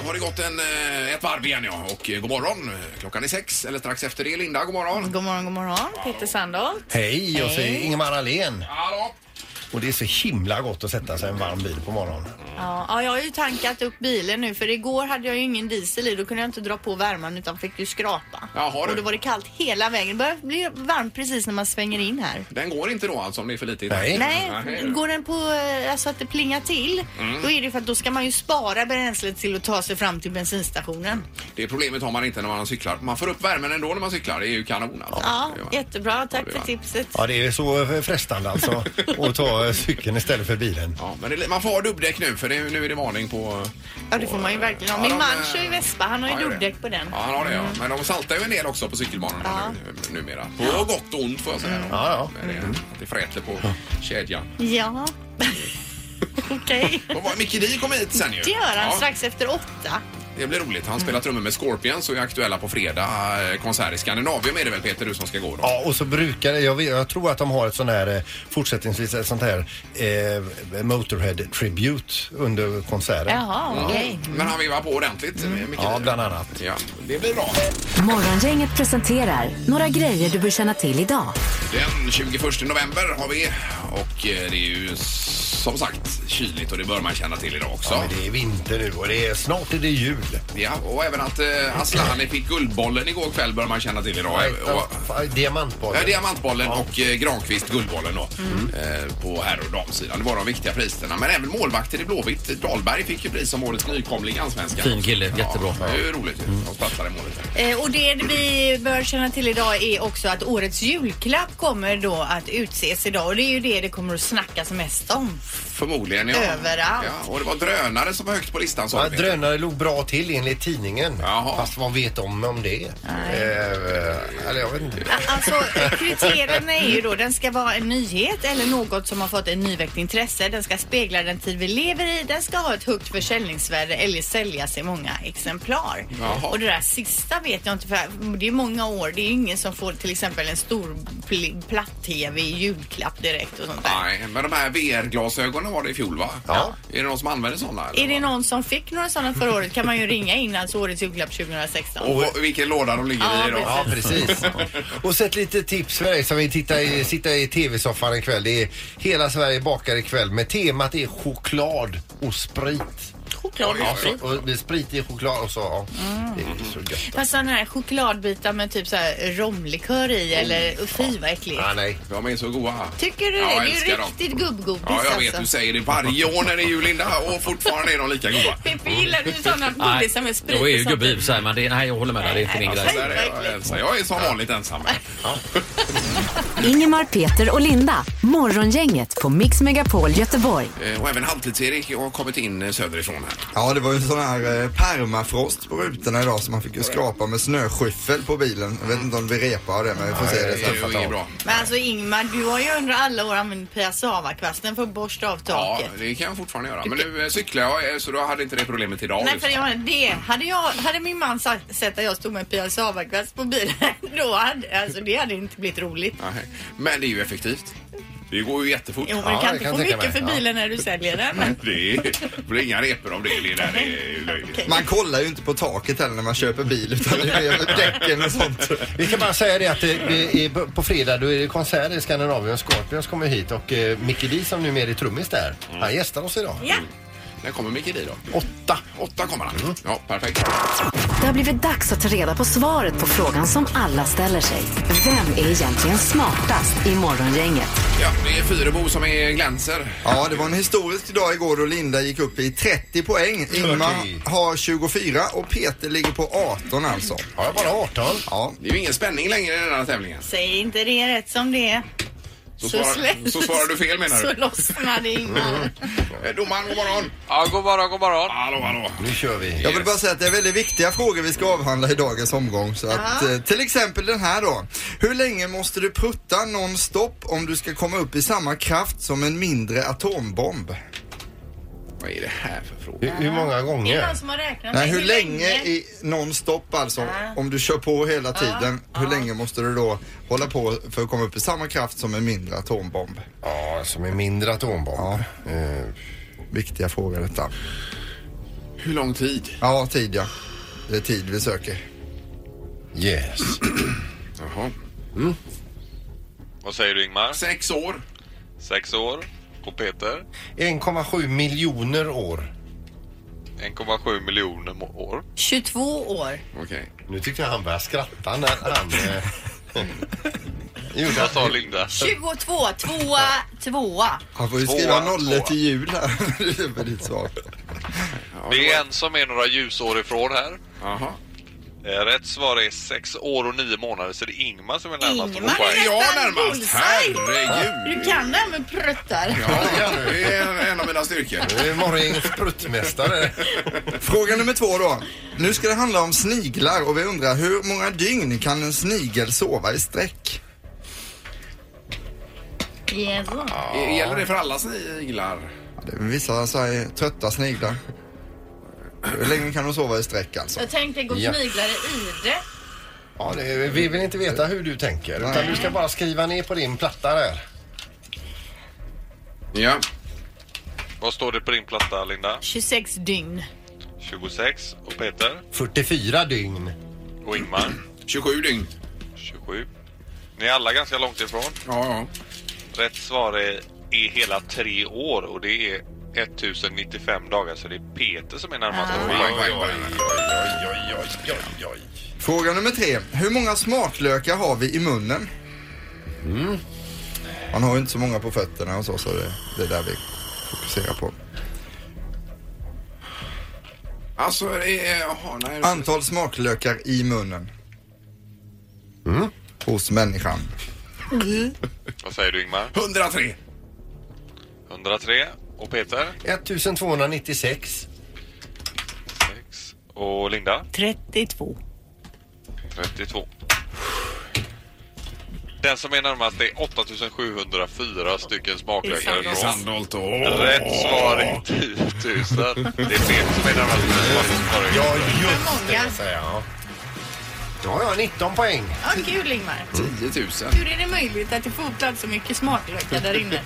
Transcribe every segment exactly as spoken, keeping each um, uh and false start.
har det gått en, ett varv igen, ja. Och god morgon. Klockan är sex, eller strax efter det. Linda, god morgon. God morgon, god morgon. Peter Sandholt. Hej, och så är Ingemar Ahlén. Hallå. Och det är så himla gott att sätta sig i en varm bil på morgonen. Ja, ja, jag har ju tankat upp bilen nu, för igår hade jag ju ingen diesel i. Då kunde jag inte dra på värmen utan fick ju skrapa. Jaha, och då var det kallt hela vägen. Det börjar bli varmt precis när man svänger in här. Den går inte då alltså om det är för lite i Nej. Nej, Nej. går den på alltså att det plingar till, Mm. då är det för att då ska man ju spara bränslet till att ta sig fram till bensinstationen. Det problemet har man inte när man cyklar. Man får upp värmen ändå när man cyklar. Det är ju kanon alltså. Ja, Det var- jättebra. Tack det för var- tipset. Ja, det är så frestande alltså att ta cykeln istället för bilen. Ja, men det, man får ha dubbdäck nu för det, nu är det varning på... Ja, det får man ju verkligen ha. Ja, Min de, man eh, kör ju Vespa. Han har ju ja, gör det. dubbdäck på den. Ja, han har det, ja. Men de saltar ju en del också på cykelbanorna Ja. nu, numera. På gott och ont får jag säga. Ja, ja. Men det, att det fräter på kedjan. Ja. Okej. Och vad, Micke Di kom hit sen ju. Det gör han Ja, strax efter åtta. det blir roligt. Han spelar trummor med Scorpions och är aktuella på fredag. Eh, Konsert i Skandinavium är det väl, Peter, du som ska gå då? Ja, och så brukar det, jag, vet, jag tror att de har ett sånt här, eh, fortsättningsvis ett sånt här eh, Motorhead Tribute under konserten. Jaha, okej. Men han vivar på ordentligt, mm. Micke Di. Ja, bland annat. Ja, det blir bra. Morgongänget presenterar några grejer du bör känna till idag. Den tjugoförsta november har vi och eh, det är ju som sagt kyligt och det bör man känna till idag också. Ja, men det är vinter nu och det är, snart är det jul. Ja, och även att eh, Aslani fick guldbollen igår kväll bör man känna till idag. Nej, och, ja, diamantbollen. ja, diamantbollen Ja. och eh, Granqvist guldbollen då eh, på herr- och damsidan. Det var de viktiga priserna. Men även målvakten i Blåvitt, Dahlberg, fick ju pris som årets nykomling i Allsvenskan. Fin kille, jättebra. Ja, det är ju roligt. Mm. De platsar i målet här. Eh, och det vi bör känna till idag är också att årets julklapp kommer då att utses idag. Och det är ju det det kommer att snackas mest om. Förmodligen, ja. Överallt. Ja, och det var drönare som var högt på listan. Så Ja, drönare låg bra till enligt tidningen. Jaha. Fast vad vet om om det? Eh, eller jag vet inte. Alltså kriterierna är ju då, den ska vara en nyhet eller något som har fått en nyväckt intresse. Den ska spegla den tid vi lever i. Den ska ha ett högt försäljningsvärde eller säljas i många exemplar. Jaha. Och det där sista vet jag inte, för det är många år. Det är ingen som får till exempel en stor pl- platt-tv i julklapp direkt och sånt där. Nej, men de här V R-glasögonen var det i fjol, va? Ja. Är det någon som använder sådana? eller Är det vad? någon som fick några sådana förra året kan man ju ringa in, alltså årets julklapp tjugohundrasexton. Och vad- vilken låda de ligger Ja, i då? Ja, precis. Och så ett litet tips för dig som vill titta i, sitta i tv-soffan ikväll. Det är Hela Sverige bakar ikväll. Men temat är choklad och sprit. Choklad Ja, och sprit. Och det är sprit i choklad och så. Ja. Det är så gött. Fast sådana här chokladbitar med typ så här romlikör i eller fy vad äckligt. Ah, nej. De är så goda. Tycker du Ja, det? jag Det är ju älskar dem. riktigt gubbgodis Ja, jag vet. alltså. Du säger det varje år när det är jul, Linda, och fortfarande är de lika goda. Pippi, gillar du sådana godisar med sprit? Jag är ju och sånt? gubbe i så här, men det, nej, jag håller med dig. Det är inte min Alltså, grej. där är jag, ensam. Jag är som vanligt ensam. Ingemar, Peter och Linda. Morgongänget på Mix Megapol Göteborg. Eh, Och även Halvtids-Erik har kommit in eh, söderifrån här. Ja, det var ju sån här eh, permafrost på rutorna idag så man fick ju skrapa med snöskyffel på bilen. Jag vet inte om vi repar det, men vi får se det Det är sen. ju inget bra. Men alltså Ingmar, du har ju under alla år använt piassavakvasten för att borsta av Ja, taket. det kan jag fortfarande göra. Men nu eh, cyklar jag, eh, så då hade inte det problemet idag. Nej, just. för jag, det hade jag, hade min man sagt, sett att jag stod med piassavakvast på bilen, då hade, alltså det hade inte blivit roligt. Nej. Men det är ju effektivt. Det går ju jättefort. Jo, men Ja, du kan jag inte kan få tänka mycket mig. för Ja. bilen när du säljer den. Men... Det är- det blir inga repor om det. Det där är ju löjligt. Man kollar ju inte på taket heller när man köper bil utan det är mer med däcken och sånt. Vi kan bara säga det att det, det är på fredag då är det konsert i Skandinavium. Scorpions kommer hit och eh, Micke Di som nu är trummis där. Han gästar oss idag. Ja. När kommer Micke Di då? Åtta. Åtta kommer han. Ja, perfekt. Det har blivit dags att ta reda på svaret på frågan som alla ställer sig. Vem är egentligen smartast i Morgongänget? Ja, det är Fyrebo som är glänser. Ja, det var en historisk dag igår då Linda gick upp i trettio poäng. Ingmar har tjugofyra och Peter ligger på arton alltså. Ja, jag bara arton. Ja, Det är ju ingen spänning längre i den här tävlingen. Säg inte det rätt som det är. Så, svarar, slä- så svarar du fel, menar Så du? lossnar det Ingmar. Eh, Domaren, god morgon. Ja, god morgon, god morgon. Hallå, hallå. Nu kör vi. jag vill bara säga att det är väldigt viktiga frågor vi ska avhandla i dagens omgång. Så att, eh, till exempel den här då. Hur länge måste du prutta non-stop om du ska komma upp i samma kraft som en mindre atombomb? Vad är det här för fråga? Hur, hur många Är det gånger? någon som har räknat? Nej, hur länge i non-stop alltså, Ja. om du kör på hela tiden, Ja. hur Ja. länge måste du då hålla på för att komma upp i samma kraft som en mindre atombomb? Ja, som är mindre atombomb. Ja. Eh, Viktiga frågor detta. Hur lång tid? Ja, tid ja. Det är tid vi söker. Yes. Jaha. Mm. Vad säger du, Ingmar? Sex år. Sex år. Och Peter? en komma sju miljoner år. en komma sju miljoner år. tjugotvå år. Okej. Nu tyckte jag han började skratta när han... eh, Vad sa Linda? tjugotvå, tvåa, tvåa. Han får ju Tvåa, skriva nollor tvåa. till jul här. Det är väldigt svagt. Det är en som är några ljusår ifrån här. Jaha. Eh, Rätt svar är sex år och nio månader, så det är Ingmar som är närmast. Ingmar på poäng. är Ja, nästan närmast. bullseye. Herregud. Du kan det här med pruttar. Ja, det är en av mina styrkor. Det är morgongängets pruttmästare. Fråga nummer två då. Nu ska det handla om sniglar och vi undrar hur många dygn kan en snigel sova i sträck? Yes. Gäller det för alla sniglar? Det är vissa så här trötta sniglar. Hur länge kan de sova i sträck alltså? Jag tänkte gå Ja. sniglare i det. Ja, det, vi vill inte veta hur du tänker. Utan du ska bara skriva ner på din platta där. Ja. Vad står det på din platta, Linda? tjugosex dygn. tjugosex. Och Peter? fyrtiofyra dygn. Och Ingmar? tjugosju dygn. tjugosju. Ni är alla ganska långt ifrån. Ja, ja. Rätt svar är, är hela tre år och det är tusen nittiofem dagar, så det är Peter som är närmast. Ah. på Oj, poäng. oj, oj, oj, oj, oj, oj, oj. Fråga nummer tre. Hur många smaklökar har vi i munnen? Mm. Man har ju inte så många på fötterna och så, så det, det är där vi fokuserar på. Alltså, det är... Jaha, nej. Antal smaklökar i munnen. Mm. Hos människan. Vad säger du, Ingmar? hundratre. hundratre. Och Peter? ettusentvåhundranittiosex. sex. Och Linda? trettiotvå. trettiotvå. Den som är närmast är åttasjuhundrafyra stycken smaklökar Det är ifrån. Sandholt och... Rätt svar är tio tusen. Det är Peter som är närmast. Ja, just många. det, säger jag. Ja, ja, nitton poäng. Ja, kul Ingmar. tio tusen. Hur är det möjligt att det får plats så mycket smaklökar där inne?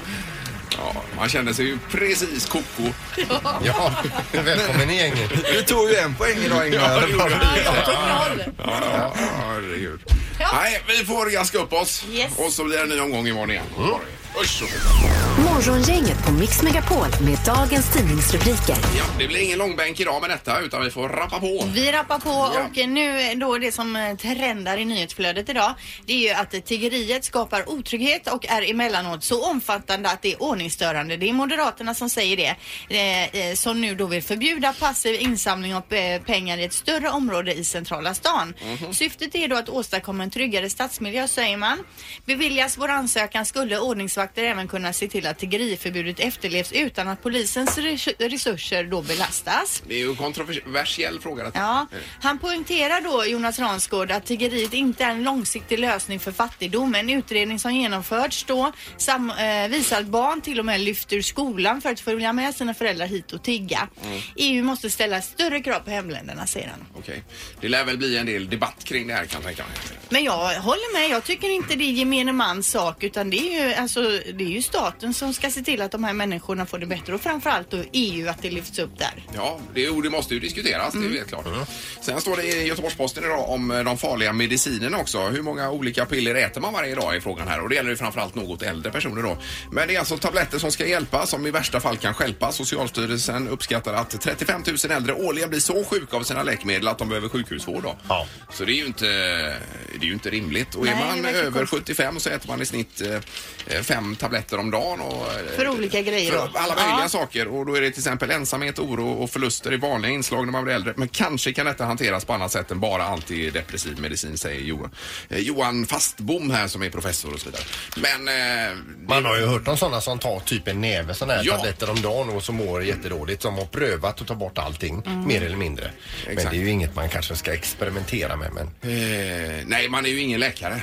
Ja, man känner sig ju precis koko. Ja, välkommen i gänget. Du tog ju en poäng idag, Ingmar. Ja, jag tog noll. Ja, herregud. Ja. Nej, vi får gaska upp oss. Yes. Och så blir det en ny omgång imorgon igen. Mm. Usch. Morgongänget på Mix Megapol med dagens tidningsrubriker. Ja, det blir ingen långbänk idag med detta, utan vi får rappa på. Vi rappar på Ja. och nu då det som trendar i nyhetsflödet idag, det är ju att tiggeriet skapar otrygghet och är emellanåt så omfattande att det är ordningsstörande. Det är Moderaterna som säger det, eh, som nu då vill förbjuda passiv insamling av eh, pengar i ett större område i centrala stan. Mhm. Syftet är då att åstadkomma en tryggare stadsmiljö, säger man. Beviljas vår ansökan skulle ordningsvakter även kunna se till att tiggeriförbudet efterlevs utan att polisens res- resurser då belastas. Det är ju en kontroversiell fråga. Detta. Ja, han poängterar då, Jonas Ransgård, att tiggeriet inte är en långsiktig lösning för fattigdom. En utredning som genomförts då sam, eh, visar att barn till och med lyfter ur skolan för att följa med sina föräldrar hit och tigga. Mm. E U måste ställa större krav på hemländerna, säger han. Okej. Det lär väl bli en del debatt kring det här, kan jag tänka mig. Men jag håller med, jag tycker inte det är gemene mans sak, utan det är ju, alltså, det är ju staten som ska se till att de här människorna får det bättre, och framförallt då E U, att det lyfts upp där. Ja, det, det måste ju diskuteras, det är helt klart. Sen står det i Göteborgs-Posten idag om de farliga medicinerna också. Hur många olika piller äter man varje dag i frågan här, och det gäller ju framförallt något äldre personer då. Men det är alltså tabletter som ska hjälpa, som i värsta fall kan stjälpa. Socialstyrelsen uppskattar att trettiofem tusen äldre årligen blir så sjuka av sina läkemedel att de behöver sjukhusvård då. Ja. Så det är ju inte, det är ju inte rimligt. Och Nej, är det man verkar över konstigt. sjuttiofem så äter man i snitt eh, fem tabletter om dagen. Och, eh, För olika grejer för då. alla möjliga Ja. saker, och då är det till exempel ensamhet, oro och förluster i vanliga inslag när man blir äldre. Men kanske kan detta hanteras på annat sätt än bara antidepressiv medicin, säger Johan, eh, Johan Fastbom här som är professor och så vidare. Men eh, Man har ju hört om sådana som tar typ en näve sådana här Ja. tabletter om dagen och som mår jättedåligt, som har prövat att ta bort allting, mer eller mindre. Men Exakt. det är ju inget man kanske ska experimentera med. Men... eh, nej, man är ju ingen läkare.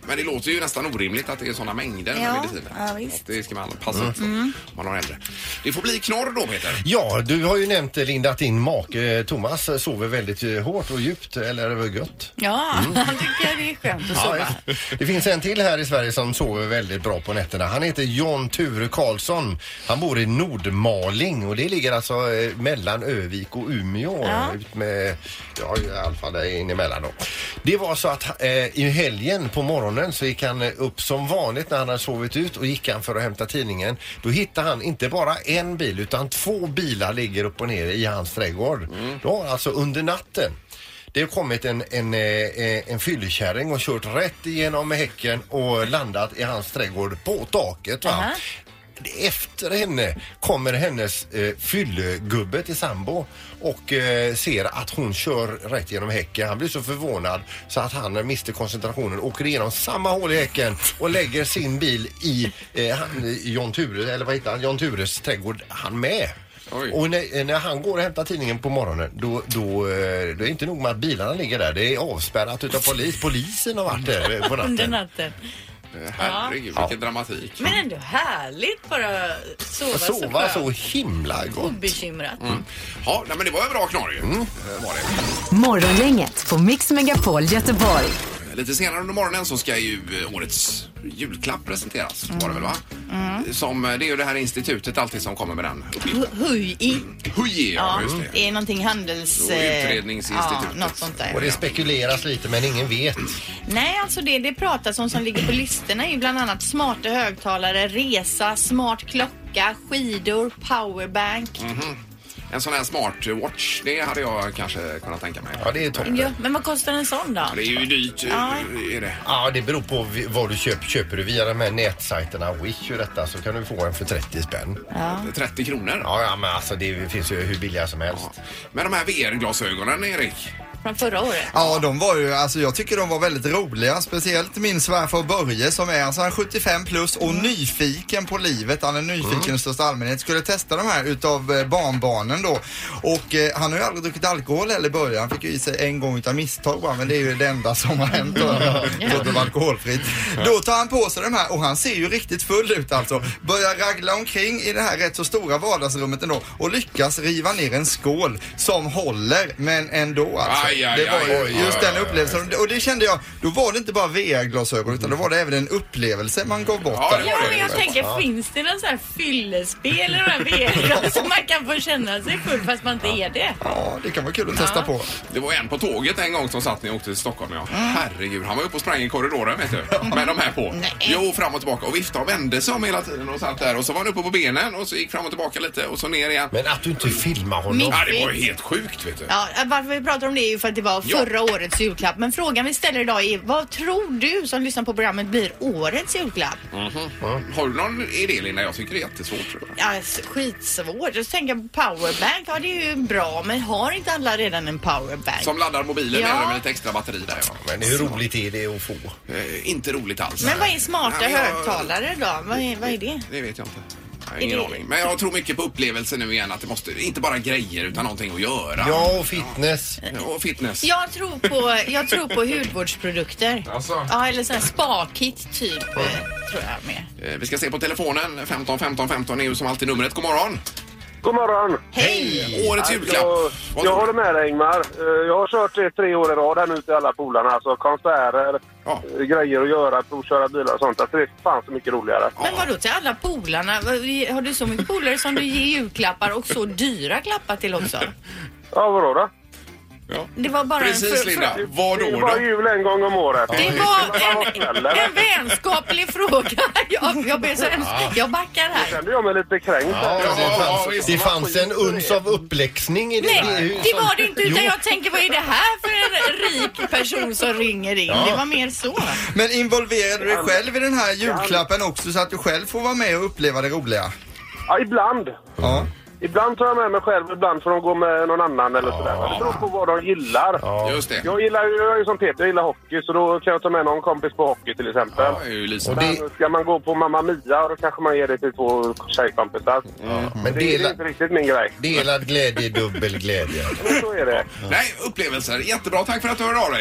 Men det låter ju nästan orimligt att det är sådana mängder med Ja, mediciner. ja, visst. Att det ska man passa upp för om man har äldre. Det får bli knorr då, Peter. Ja, du har ju nämnt, Linda, att din make Thomas sover väldigt eh, hårt och djupt, eller över gött. Ja, han tycker det är skönt att sova. Ja, det finns en till här i Sverige som sover väldigt bra på nätterna. Han heter John Ture Karlsson. Han bor i Nordmaling och det ligger alltså eh, mellan Övik och Umeå. Ja. Ut med, ja, i alla fall där in emellan då. Det var så att eh, i helgen på morgonen så gick han upp som vanligt när han hade sovit ut och gick han för att hämta tidningen. Då hittade han inte bara en bil utan två bilar ligger upp och ner i hans trädgård. Mm. Då alltså under natten. Det har kommit en, en, en, en fyllekärring och kört rätt igenom häcken och landat i hans trädgård på taket, va? Uh-huh. Efter henne kommer hennes eh, fyllegubbe till sambo och eh, ser att hon kör rätt genom häcken. Han blir så förvånad så att han mister koncentrationen, åker igenom samma hål i häcken och lägger sin bil i eh, han, John Ture, eller vad heter han? John Tures trädgård, han med. Oj. Och när, när han går och hämtar tidningen på morgonen då, då, då är det inte nog med att bilarna ligger där. Det är avspärrat utav polis. Polisen har varit där på natten. Under natten. Herregud, ja. vilken dramatik. Men ändå härligt bara sova, sova så, så himla gott. Obekymrat. Mm. Ja, nej, men det var en bra knorr ju. Mm. Var det. Morgongänget på Mix Megapol Göteborg. Lite senare under morgonen så ska ju årets julklapp presenteras, mm. var det väl, va? Mm. Som, det är ju det här institutet alltid som kommer med den uppgiften. H U I. H U I, ja, just det. Det är någonting handels... Och utredningsinstitutet. Ja, något sånt där. Och det spekuleras lite men ingen vet. Nej, alltså det det pratas om som ligger på listorna är ju bland annat smarta högtalare, resa, smart klocka, skidor, powerbank. Mm-hmm. En sån här smartwatch, det hade jag kanske kunnat tänka mig. Ja, det är toppen. Ja, men vad kostar en sån då? Ja, det är ju dyrt. Ja. Är det? Ja, det beror på vad du köper. Köper du via de här nätsajterna Wish och detta så kan du få en för trettio spänn. Ja. trettio kronor? Ja, ja, men alltså det finns ju hur billiga som helst. Ja. Men de här V R-glasögonen, Erik? Från förra året? Ja, de var ju, alltså jag tycker de var väldigt roliga. Speciellt min svärfar Börje som är alltså sjuttiofem plus och mm. nyfiken på livet. Han är nyfiken mm. i största allmänhet. Skulle testa de här utav eh, barnbarnen då. Och eh, han har ju aldrig druckit alkohol eller Börje. Han fick ju i sig en gång utav misstag bara, men det är ju det enda som har hänt då. Så det var alkoholfritt. Då tar han på sig de här och han ser ju riktigt full ut alltså. Börjar ragla omkring i det här rätt så stora vardagsrummet ändå och lyckas riva ner en skål som håller, men ändå alltså. Aj, aj, det var ju aj, just aj, den aj, upplevelsen. aj. Och det kände jag, då var det inte bara V R-glasögon utan då var det även en upplevelse man gav bort. Ja, Ja, men jag tänker, ja. Finns det någon sån här fyllespel eller några V R som man kan få känna sig full fast man inte är det? Ja, det kan vara kul att testa ja. på. Det var en på tåget en gång som satt när jag åkte till Stockholm. Ja. Mm. Herregud, han var uppe och sprang i korridoren, vet du. Med de här på. Nej. Jo, fram och tillbaka. Och viftade och vände sig om hela tiden och satt där. Och så var han uppe på benen och så gick fram och tillbaka lite och så ner igen. Men att du inte filmar honom. Mitt Ja, det var ju helt sjukt, vet du. Ja, varför vi pratar om det är ju för att det var förra ja. årets julklapp. Men frågan vi ställer idag är, vad tror du som lyssnar på programmet blir årets julklapp? Mm-hmm. Mm. Har du någon idé, Linda? Jag tycker det är jättesvårt. Tror jag. Ja, skitsvårt. Jag tänker på powerbank, ja det är ju bra. Men har inte alla redan en powerbank? Som laddar mobilen ja. eller med ett extra batteri där. Ja. Men hur roligt är det att få? Eh, inte roligt alls. Men vad är smarta Nej, jag... högtalare då? Vad är, vad är det? Det vet jag inte. Jag har ingen aning. Men jag tror mycket på upplevelsen nu igen, att det måste inte bara grejer utan någonting att göra. Ja, och fitness. Ja, och fitness. Jag tror på, jag tror på hudvårdsprodukter. Alltså. Ja, eller sån här spa-kit typ, eh, tror jag med. Eh, vi ska se på telefonen. femton femton femton är ju som alltid numret. God morgon. God morgon. Hej! Årets julklapp. Jag, jag håller med dig, Ingmar. Jag har kört det tre år i rad här nu till alla polarna. Alltså konserter, ja. grejer att göra, provköra bilar och sånt. Alltså, det är fan så mycket roligare. Men vadå till alla polarna? Har du så mycket polare som du ger julklappar och så dyra klappar till också? Ja, vadå då? Ja. Det var bara Precis, en för, Linda. för, Vad då Det var då? jul en gång om året. Det var en, en vänskaplig fråga. Jag, jag, ber så hemskt, jag backar här. Det kände jag mig lite kränkt. Ja, Ja, det fanns, visst. det fanns en uns av uppläxning i det. Nej, det var det inte, utan jag tänker, vad är det här för en rik person som ringer in? Ja. Det var mer så. Men involverade du dig själv i den här julklappen också så att du själv får vara med och uppleva det roliga? Ja, ibland. Ja. Ibland tar jag med mig själv, ibland får de gå med någon annan eller sådär. Men det beror på vad de gillar. Ja. Just det. Jag gillar ju, jag är ju som Peter, jag gillar hockey, så då kan jag ta med någon kompis på hockey till exempel. Ja, det är ju liksom. Och det- Men ska man gå på Mamma Mia, då kanske man ger det till två tjejkompisar. Mm. Men Det, det är dela, inte riktigt min grej. delad glädje, dubbel glädje. Men så är det. Nej, upplevelser. Jättebra. Tack för att du hörde av dig.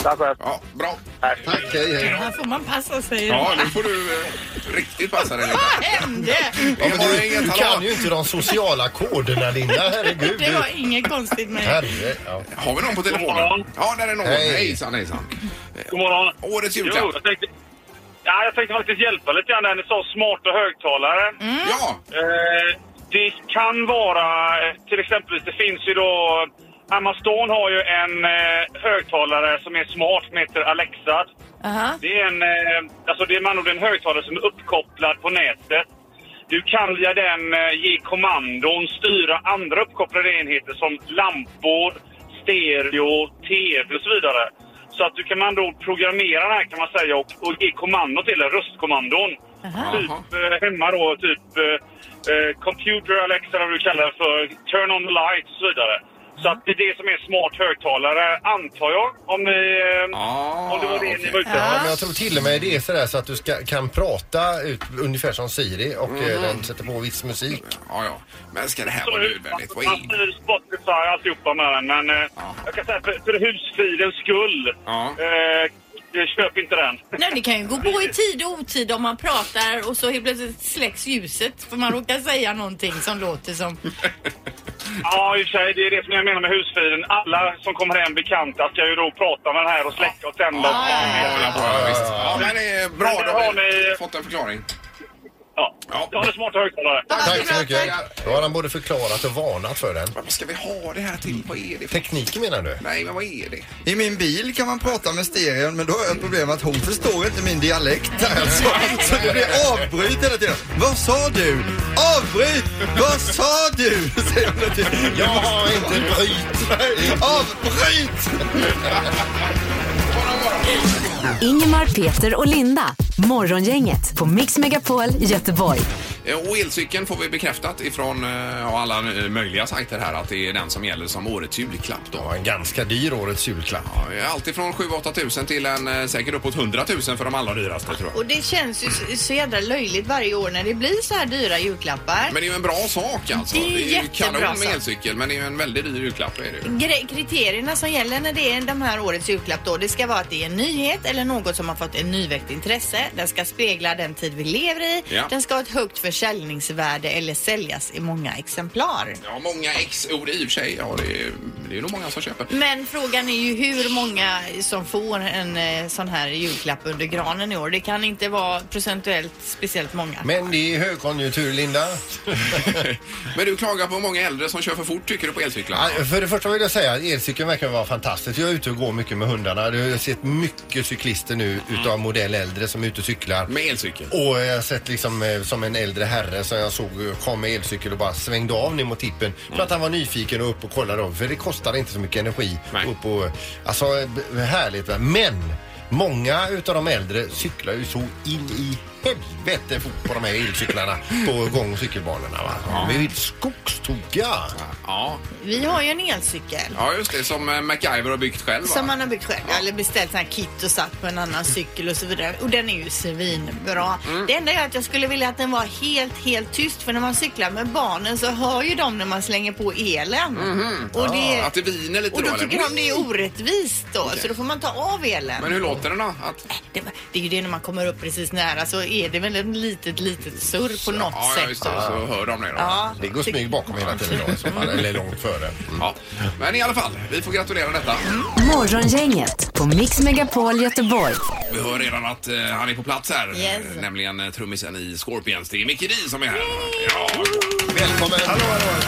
Tack själv. Ja, bra. Tack, hej, hej. Här får man passa sig. Ja, nu får du eh, riktigt passa dig lite. Vad hände? Ja, men du, du kan ju inte de sociala koderna, Linda. Herregud. Det var inget konstigt med det. Herre, ja. Har vi någon på telefonen? Ja, där är någon. Hej. Hejsan, hejsan. God morgon. Årets julklapp. Jo, jag tänkte, ja, jag tänkte faktiskt hjälpa lite grann när ni sa smarta högtalare. Mm. Ja. Eh, det kan vara, eh, till exempel, det finns ju då, Amazon har ju en eh, högtalare som är smart, som heter Alexa. Aha. Det är en, eh, alltså det är man och en högtalare som är uppkopplad på nätet. Du kan via den eh, ge kommandon, styra andra uppkopplade enheter som lampor, stereo, tv och så vidare. Så att du kan man då programmera den här, kan man säga, och, och ge kommando till en röstkommandon. Aha. Typ eh, hemma då, typ eh, eh, computer Alexa, vad du kallar det för, turn on the lights och så vidare. Så att det är det som är smart högtalare, antar jag, om, ni, eh, Ah, om det var det okay. ni var ute. Ja, men jag tror till och med det är sådär så att du ska, kan prata ut ungefär som Siri och mm. den sätter på viss musik. Ja, ja. Men ska det här Så vara nu- nödvändigt? Vad Man är styr Spotify och alltihopa med den, men eh, jag kan säga för, för husfridens skull, Ja. eh, jag köper inte den. Nej, det kan ju gå på i tid och otid om man pratar och så helt plötsligt släcks ljuset för man råkar säga någonting som låter som... Ja, i och för sig, det är det som jag menar med husfriden. Alla som kommer hem bekanta ska ju då prata med den här och släcka och tända. Ja, ja, Ja, ja, visst. Ja, men det är bra. Men Då har har vi ni- fått en förklaring. Ja, Ja. jag har en smarta högtalare. Tack så mycket. Då har han både förklarat och varnat för den. Men vad ska vi ha det här till? Vad är det för... Tekniken menar du? Nej, men vad är det? I min bil kan man prata med stereon, men då har jag ett problem att hon förstår inte min dialekt. Alltså, så det blir avbryt hela tiden. Vad sa du? Avbryt! Vad sa du? Säger hon hela tiden. Jag har inte bryt. Avbryt! Ingemar, Peter och Linda. Morgongänget på Mix Megapol Göteborg. Och elcykeln får vi bekräftat ifrån ja, alla möjliga sajter här att det är den som gäller som årets julklapp då. Ja, en ganska dyr årets julklapp. Ja, allt ifrån sju åtta tusen till en säkert uppåt hundra tusen för de allra dyraste tror jag. Och det känns ju så, så jädra löjligt varje år när det blir så här dyra julklappar. Men det är ju en bra sak alltså. Det är ju jättebra kanon med sak. elcykel, men det är ju en väldigt dyr julklapp. Är det ju. Gre- kriterierna som gäller när det är de här årets julklapp då, det ska vara att det är en nyhet eller något som har fått en nyväckt intresse. Den ska spegla den tid vi lever i. Ja. Den ska ha ett högt försäljningsvärde eller säljas i många exemplar. Ja, många ex-ord i och för sig. Ja, det är, det är nog många som köper. Men frågan är ju hur många som får en eh, sån här julklapp under granen i år. Det kan inte vara procentuellt speciellt många. Men det är högkonjunktur, Linda. Men du klagar på många äldre som kör för fort, tycker du, på elcyklarna? Ja, för det första vill jag säga att elcykeln verkar vara fantastisk. Jag är ute och går mycket med hundarna. Jag har sett mycket cyklister nu utav modell äldre som är ute och cyklar. Med elcykel? Och jag har sett liksom eh, som en äldre herre som jag såg kom med elcykel och bara svängde av ner mot tippen för att han var nyfiken och upp och kollade av. För det kostar inte så mycket energi. Nej. Upp och, alltså eh, härligt. Va? Men många utav de äldre cyklar ju så in i helvete fort på de här elcyklarna på gång- och cykelbanorna. Va? Ja. De är lite skogstokiga. Ja. Vi har ju en elcykel. Ja, just det. Som eh, MacGyver har byggt själv, va? Som man har byggt själv, eller beställt sån här kit och satt på en annan cykel och så vidare. Och den är ju svinbra. Mm. Det enda är att jag skulle vilja att den var helt, helt tyst. För när man cyklar med barnen så hör ju de när man slänger på elen. Och, det, Att det viner lite och då då, tycker eller? de det är orättvist då. Så då får man ta av elen. Men hur låter den då? Att... Det, det är ju det när man kommer upp precis nära så är det väl en litet, litet surr på något Ja, ja, sätt. just det. Så hör de det då. Ja. Det går smyg bakom hela tiden då, i så fall, eller långt före. Mm. Ja. Men i alla fall, vi får gratulera detta. Morgongänget på Mix Megapol Göteborg. Vi hör redan att eh, han är på plats här. Yes. Eh, Nämligen eh, trummisen i Scorpions. Det är Micke Di som är här. Ja. Välkommen! Hallå,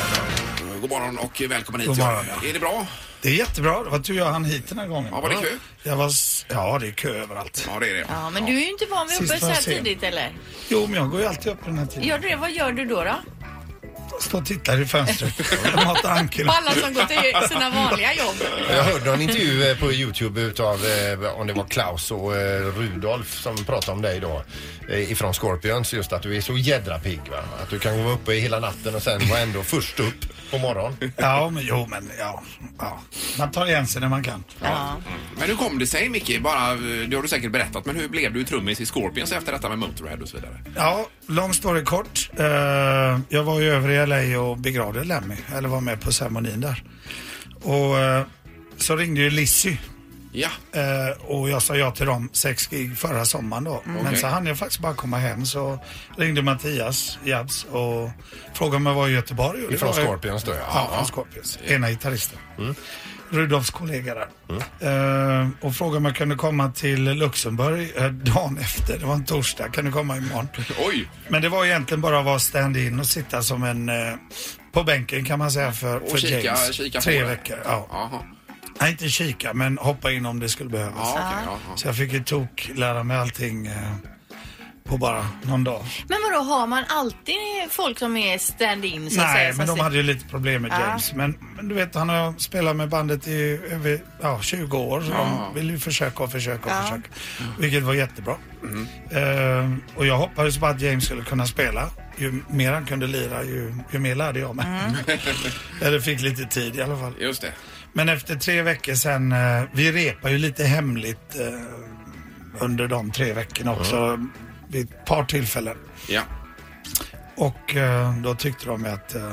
hallå. God morgon och välkommen hit. God morgon. Är det bra? Det är jättebra. Det var tur jag hann hit den här gången. Ja, var det kö? Jag var, s- ja, det är kö överallt. Ja, det är det. Ja, men du är ju inte van vid uppe Sist så var här sen. tidigt, eller? Jo, men jag går ju alltid upp den här tiden. Gör du det? Vad gör du då då? Stå och tittar i fönstret. Jag matar ankel. På alla som går till sina vanliga jobb. Jag hörde en intervju eh, på YouTube utav eh, om det var Klaus och eh, Rudolf som pratade om dig då eh, ifrån Scorpions, just att du är så jädra pigg, va? Att du kan gå uppe hela natten och sen vara ändå först upp på morgonen. Ja, men jo, men ja, ja. Man tar igen sig när man kan. Ja. Men hur kom det sig, Micke? Bara, det har du säkert berättat, men hur blev du trummis i Scorpions efter detta med Motorhead och så vidare? Ja, lång story kort. Uh, jag var ju över i L A och begravde Lemmy, eller var med på ceremonin där. Och uh, så ringde ju Lizzy Ja. Eh, och jag sa ja till dem sex gig förra sommaren då. Mm. Men Okej. så hann jag faktiskt bara komma hem, så ringde Mattias Jabs och frågade om jag var i Göteborg. Och det Ifrån var jag- Scorpions då, ja. Ja, Ja. från Scorpions. Ena gitarristen. Mm. Rudolfs kollega där. Eh, och frågade om jag kunde komma till Luxemburg eh, dagen efter. Det var en torsdag. Kan du komma imorgon? Oj! Men det var egentligen bara att vara stand-in och sitta som en eh, på bänken kan man säga för, Och för kika, James. kika på Tre det. veckor. Ja. Jaha. Nej, inte kika, men hoppa in om det skulle behövas. Ja, okej, ja, ja. Så jag fick ju tok lära mig allting eh, på bara någon dag. Men vadå, har man alltid folk som är stand-in så att Nej, säga? men som de ser- hade ju lite problem med Ja. James. Men, men du vet, han har spelat med bandet i över ja, tjugo år. Så Ja. de vill ju försöka och försöka och Ja. försöka. Vilket var jättebra. Mm. Eh, och jag hoppades bara att James skulle kunna spela. Ju mer han kunde lira, ju, ju mer lärde jag mig. Eller fick lite tid i alla fall. Just det. Men efter tre veckor sen, eh, vi repar ju lite hemligt eh, under de tre veckorna också. Vid ett par tillfällen. Ja. Och eh, då tyckte de att eh,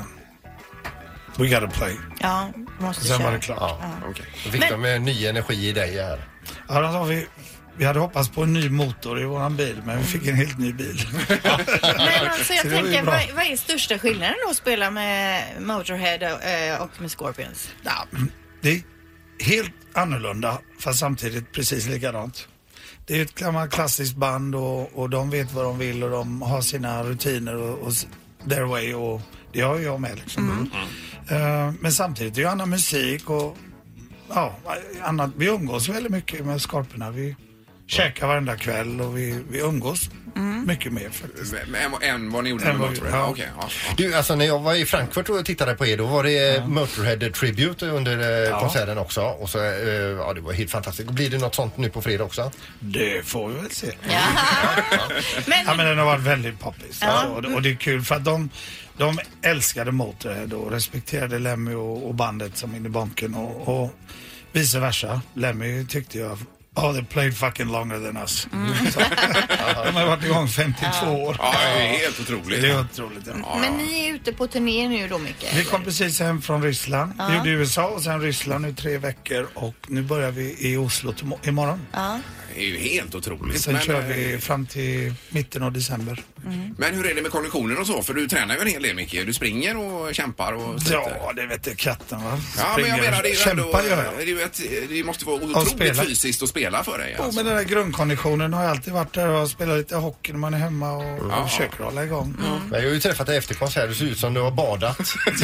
we gotta play. Ja, måste Och sen köra. var det klart. Ja. Ja. Okej. Då fick Men- de en ny energi i dig här. Ja, då sa vi, vi hade hoppats på en ny motor i våran bil, men vi fick en helt ny bil. Men alltså jag Så det var ju tänker, bra. vad, vad är största skillnaden då att spela med Motorhead eh, och med Scorpions? Ja, det är helt annorlunda, fast samtidigt precis likadant. Det är ett gammalt klassiskt band och, och de vet vad de vill och de har sina rutiner och, och s- their way, och det har ju jag med liksom. Eh, men samtidigt är det ju annan musik och ja, annat. Vi umgås väldigt mycket med Scorpierna. Vi käkar varenda kväll och vi, vi umgås mycket mer faktiskt. Än, än vad ni gjorde Än med vad vi- Motorhead? ja. Okej, ja. ja. Du, alltså när jag var i Frankfurt och tittade på er, då var det ja. Motorhead Tribute under eh, Ja. konserten också. Och så, eh, ja, det var helt fantastiskt. Blir det något sånt nu på fredag också? Det får vi väl se. Ja. Men, Ja, men den har varit väldigt poppis. Ja. Alltså, och, det, och det är kul för att de, de älskade Motorhead och respekterade Lemmy och, och bandet som in i banken och, och vice versa. Lemmy tyckte jag, oh they played fucking longer than us. Så, de har varit igång femtiotvå år. Ja, det är helt otroligt. Det är otroligt. Ja. men ni är ute på turné nu då, Micke? Vi kom precis hem från Ryssland. Ja. Vi gjorde U S A och sen Ryssland nu tre veckor och nu börjar vi i Oslo tomo- imorgon. Ja. Det är ju helt otroligt. Sen Men, kör eh, vi fram till mitten av december. men hur är det med konditionen och så? För du tränar ju en hel del, Micke. Du springer och kämpar och sliter. Ja, det vet jag katten va? Ja, men jag Springer, menar, det, är ju ändå, kämpar gör jag. det, är ju ett, det måste vara Och otroligt spela. fysiskt att spela för dig. Jo, Alltså. men den där grundkonditionen har jag alltid varit där och spelat lite hockey när man är hemma och, Ja. och försöker hålla igång. Men jag har ju träffat dig efter konsert. Du ser ut som du har badat.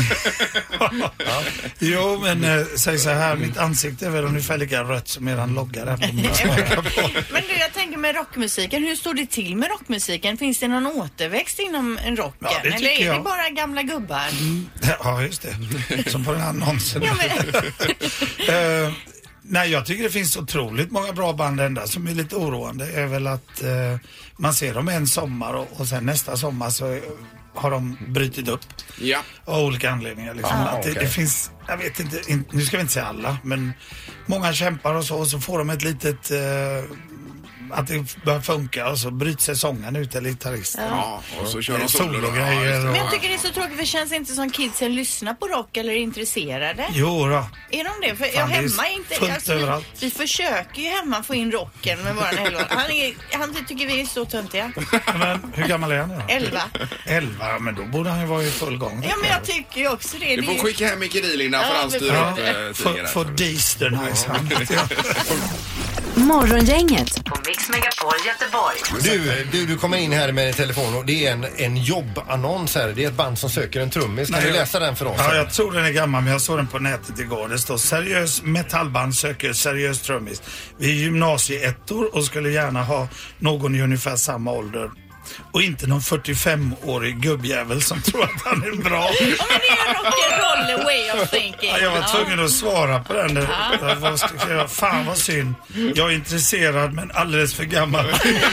Jo, men äh, säg så här, mitt ansikte är väl ungefär lika rött som eran logga där på min. Men du, jag tänker med rockmusiken, hur står det till med rockmusiken? Finns det någon återväxt inom en rocken? Ja, det Eller tycker är det jag. bara gamla gubbar? Ja, just det. Som på den här annonsen. Ja, men, Eh, nej, jag tycker det finns otroligt många bra band. Det enda som är lite oroande är väl att eh, man ser dem en sommar och, och sen nästa sommar så eh, har de brutit upp Ja. av olika anledningar. Liksom. Ah, att det, okej. det finns, jag vet inte, in, nu ska vi inte säga alla, men många kämpar och så och så får de ett litet, eh, att det börjar funka och så bryts säsongen ut eller gitarristen. Ja, och så kör Det är de solo. sologrejer Ja, just det. men jag tycker det är så tråkigt för det känns inte som kidsen lyssnar på rock eller är intresserade. Jo då. Är de det? För Fan, jag det är hemma är inte... fullt Alltså, överallt. vi, vi försöker ju hemma få in rocken med våran elva. Han, är, han tycker vi är så töntiga. Men hur gammal är han nu då? Elva. Elva, men då borde han ju vara i full gång. Ja, men jag tycker ju också det. Du det får är ju- skicka hem Micke Di, Linda, för Ja, han vi styr får- upp eh, För, tiden. för Deesternice han. Morgongänget på Mix Megapol Göteborg. Du, du, du kommer in här med en telefon och det är en, en jobbannons här. Det är ett band som söker en trummis. Kan Nej, du jag- läsa den för oss? Ja, jag tror den är gammal, men jag såg den på nätet igår. Det står seriös metallband söker seriös trummis. Vi är gymnasieettor och skulle gärna ha någon i ungefär samma ålder. Och inte någon fyrtiofemårig gubbjävel som tror att han är bra. Ja, men det är rock'n'roll way of thinking. Ja, jag var Ja. tvungen att svara på den. Jag var, ska jag göra? Fan vad synd. Jag är intresserad men alldeles för gammal.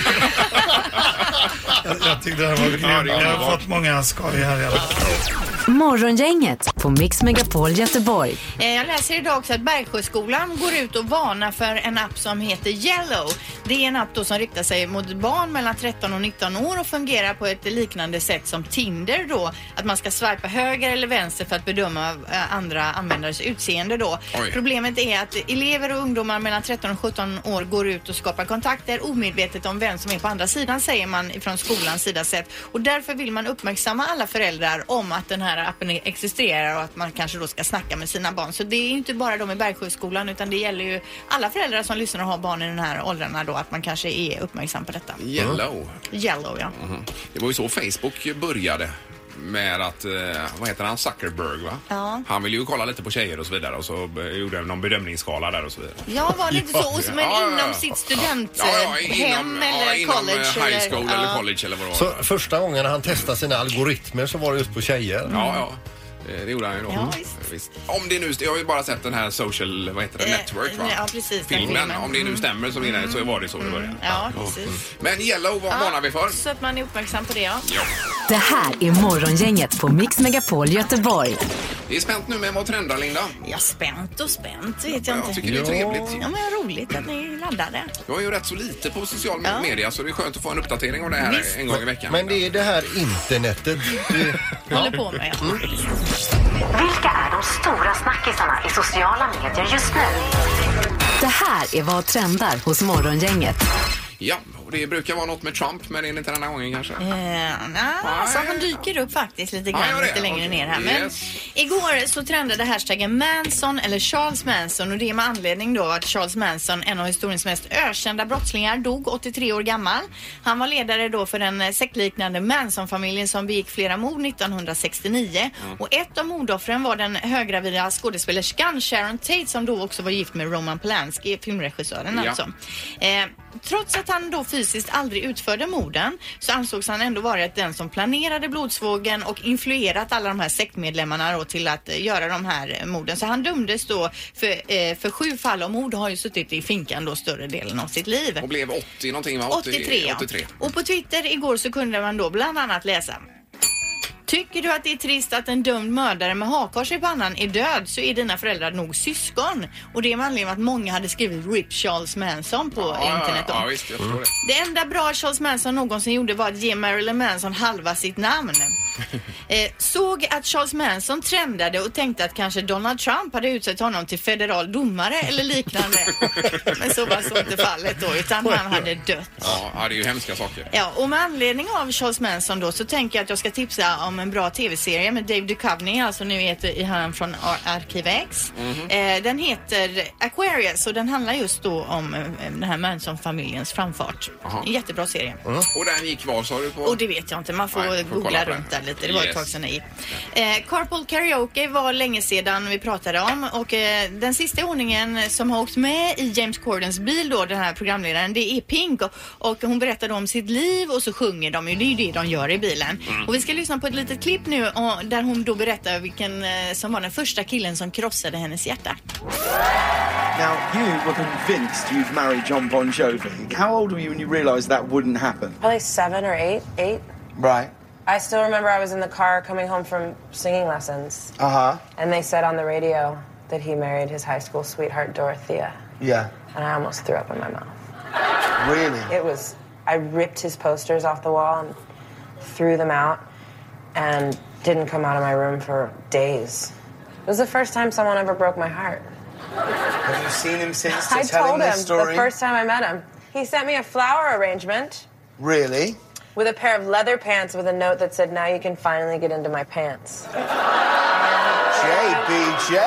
jag, jag tyckte det här var grymt. Jag har fått många skoj här i alla fall. Morgongänget på Mix Megapol Göteborg. Eh, Jag läser idag också att Bergsjöskolan går ut och varnar för en app som heter Yellow. Det är en app då som riktar sig mot barn mellan tretton och nitton år år och fungerar på ett liknande sätt som Tinder då. Att man ska swipa höger eller vänster för att bedöma eh, andra användares utseende då. Oj. Problemet är att elever och ungdomar mellan tretton och sjutton år går ut och skapar kontakter omedvetet om vem som är på andra sidan, säger man från skolans sida sett. Och därför vill man uppmärksamma alla föräldrar om att den här appen existerar och att man kanske då ska snacka med sina barn. Så det är inte bara de i Bergsjöskolan utan det gäller ju alla föräldrar som lyssnar och har barn i den här åldrarna då, att man kanske är uppmärksam på detta. Yellow. Yellow, ja. Mm. Det var ju så Facebook började. Med att, eh, vad heter han, Zuckerberg va? Ja. Han ville ju kolla lite på tjejer och så vidare och så eh, gjorde någon bedömningsskala där och så vidare. Ja, var det inte så? Och, men Ja, ja, inom ja. sitt studenthem Ja, ja, inom, eller ja, inom college? high school eller, ja. college eller vad det var. Så första gången han testade sina algoritmer så var det just på tjejer. Ja, ja. Eh, Det gjorde han ju då. Ja, Mm. visst. Visst. Om det nu, jag har ju bara sett den här social, vad heter det, Eh, network va? ja, precis, den Filmen, filmen. om det nu stämmer så, mm. så var det så det började. Ja, precis. Men Yellow, vad varnar vi för? Så att man är uppmärksam på det, ja. Ja. Det här är Morgongänget på Mix Megapol Göteborg. Det är spänt nu med vad trendar, Linda. Ja, spänt och spänt vet jag Jag inte. tycker det är trevligt. Ja, men roligt att ni laddade. Jag har ju rätt så lite på social Ja. media så det är skönt att få en uppdatering av det här Visst. en gång i veckan. Men det är det här internetet. Det, Håller på med, ja. Vilka är de stora snackisarna i sociala medier just nu? Det här är vad trendar hos Morgongänget. Ja, och det brukar vara något med Trump, men det är inte den här gången kanske. Eh, nej, alltså han dyker upp faktiskt lite grann Ja, gör det. lite längre Okej. ner här. Men Yes. igår så trendade hashtaggen Manson eller Charles Manson och det är med anledning då att Charles Manson, en av historiens mest ökända brottslingar, dog åttiotre år gammal. Han var ledare då för den sektliknande Manson-familjen som begick flera mord nittonhundrasextionio mm. och ett av mordoffren var den höggravida skådespelerskan Sharon Tate som då också var gift med Roman Polanski, filmregissören Ja. alltså. Eh, trots att han då fysiskt aldrig utförde morden så ansågs han ändå vara den som planerade blodsvågen och influerat alla de här sektmedlemmarna då till att eh, göra de här morden. Så han dömdes då för, eh, för sju fall av mord och har ju suttit i finkan då större delen av sitt liv. Och blev åttio någonting va? åttiotre, ja. åttiotre. Och på Twitter igår så kunde man då bland annat läsa: tycker du att det är trist att en dömd mördare med hakkors i pannan är död så är dina föräldrar nog syskon. Och det är med anledning av att många hade skrivit Rip Charles Manson på Ja, internet då. ja, ja, visst, jag förstår det. Det enda bra Charles Manson någonsin gjorde var att ge Marilyn Manson halva sitt namn. eh, såg att Charles Manson trendade och tänkte att kanske Donald Trump hade utsett honom till federal domare eller liknande. Men så var så inte fallet då, utan han hade dött. Ja, ja, det är ju hemska saker. Ja, och med anledning av Charles Manson då så tänker jag att jag ska tipsa om en bra tv-serie med Dave Duchovny, alltså nu heter han från Ar- Arkiv X. Mm-hmm. Eh, den heter Aquarius och den handlar just då om eh, den här Manson-familjens framfart. Aha. En jättebra serie. Mm. Och den gick var sa du på? Och det vet jag inte, man får Nej, får googla kolla på runt den. där lite. Det var Yes. ett tag sedan jag gick. Eh, Carpool Karaoke var länge sedan vi pratade om och eh, den sista ordningen som har åkt med i James Cordens bil då, den här programledaren, det är Pink och, och hon berättade om sitt liv och så sjunger de ju, det är ju det de gör i bilen. Mm. Och vi ska lyssna på ett litet klipp nu och, där hon då berättar vilken eh, som var den första killen som krossade hennes hjärta. Now, you were convinced you'd marry John Bon Jovi. How old were you when you realised that wouldn't happen? Probably seven or eight, eight. Right. I still remember I was in the car coming home from singing lessons. Uh-huh. And they said on the radio that he married his high school sweetheart, Dorothea. Yeah. And I almost threw up in my mouth. Really? It was, I ripped his posters off the wall and threw them out and didn't come out of my room for days. It was the first time someone ever broke my heart. Have you seen him since to I tell told him him this story? the first time I met him. He sent me a flower arrangement Really? with a pair of leather pants with a note that said, now you can finally get into my pants. J B J!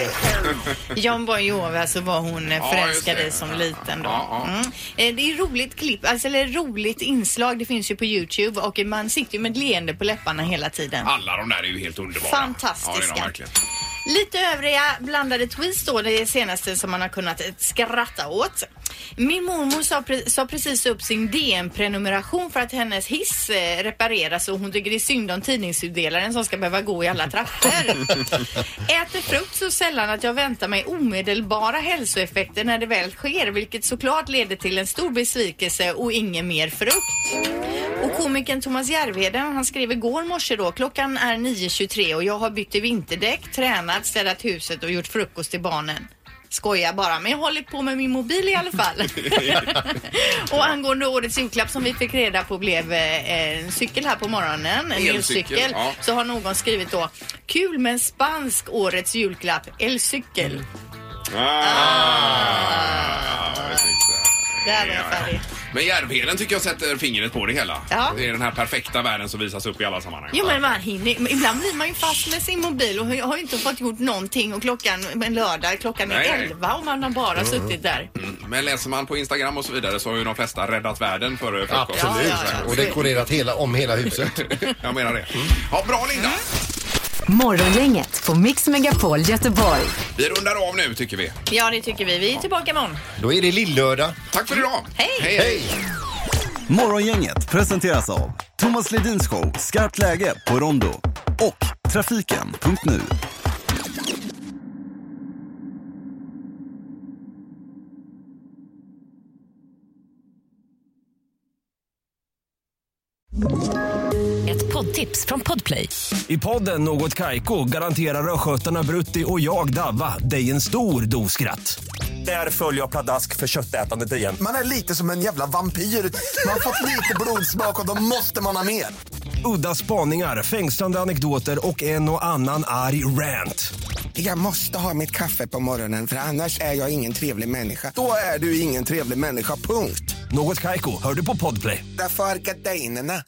John Bon Jovi, alltså var hon Ja, förälskade just det. som liten då. Ja, ja. Mm. Eh, Det är roligt klipp, alltså eller roligt inslag, det finns ju på YouTube och man sitter ju med ett leende på läpparna hela tiden. Alla de där är ju helt underbara. Fantastiska. Ja, det är de verkligen. Lite övriga blandade tweets då, det är det senaste som man har kunnat skratta åt. Min mormor sa, pre- sa precis upp sin D M-prenumeration för att hennes hiss eh, repareras och hon tycker det är synd om tidningsutdelaren som ska behöva gå i alla trappor. Äter frukt så sällan att jag väntar mig omedelbara hälsoeffekter när det väl sker, vilket såklart leder till en stor besvikelse och ingen mer frukt. Och komikern Thomas Järvheden, han skrev igår morse då, klockan är nio tjugotre och jag har bytt till vinterdäck, tränat, städat huset och gjort frukost till barnen. Skojar bara, men jag håller på med min mobil i alla fall. Och angående årets julklapp som vi fick reda på blev eh, en cykel här på morgonen, en elcykel, ja. Så har någon skrivit då, kul med en spansk årets julklapp, elcykel. Mm. Ah, ah. Där är jag färdig. Men Järvheden tycker jag sätter fingret på det hela. Ja. Det är den här perfekta världen som visas upp i alla sammanhang. Jo, men man hinner, ibland blir man ju fast med sin mobil och har ju inte fått gjort någonting och klockan, en lördag, klockan är nej, elva och man har bara mm. suttit där. Mm. Men läser man på Instagram och så vidare så har ju de flesta räddat världen för frukost. Absolut, ja, ja, ja. Och dekorerat hela, om hela huset. Jag menar det. Mm. Ja, bra Linda. Mm. Morgongänget på Mix Megapol Göteborg. Vi rundar av nu tycker vi. Ja, det tycker vi. Vi är tillbaka imorgon. Då är det lillördag. Tack för idag. Hej. Hej. Hej. Morgongänget presenteras av Thomas Ledins show Skarpt läge på Rondo och trafiken punkt nu. Ett poddtips från Podplay. I podden Något Kaiko garanterar röskötarna Brutti och jag Davva dig en stor doskratt. Där följer jag pladask för köttätandet igen. Man är lite som en jävla vampyr. Man har fått lite blodsmak och då måste man ha mer. Udda spaningar, fängslande anekdoter och en och annan arg rant. Jag måste ha mitt kaffe på morgonen för annars är jag ingen trevlig människa. Då är du ingen trevlig människa, punkt. Något Kaiko, hör du på Podplay. Därför är gardinerna.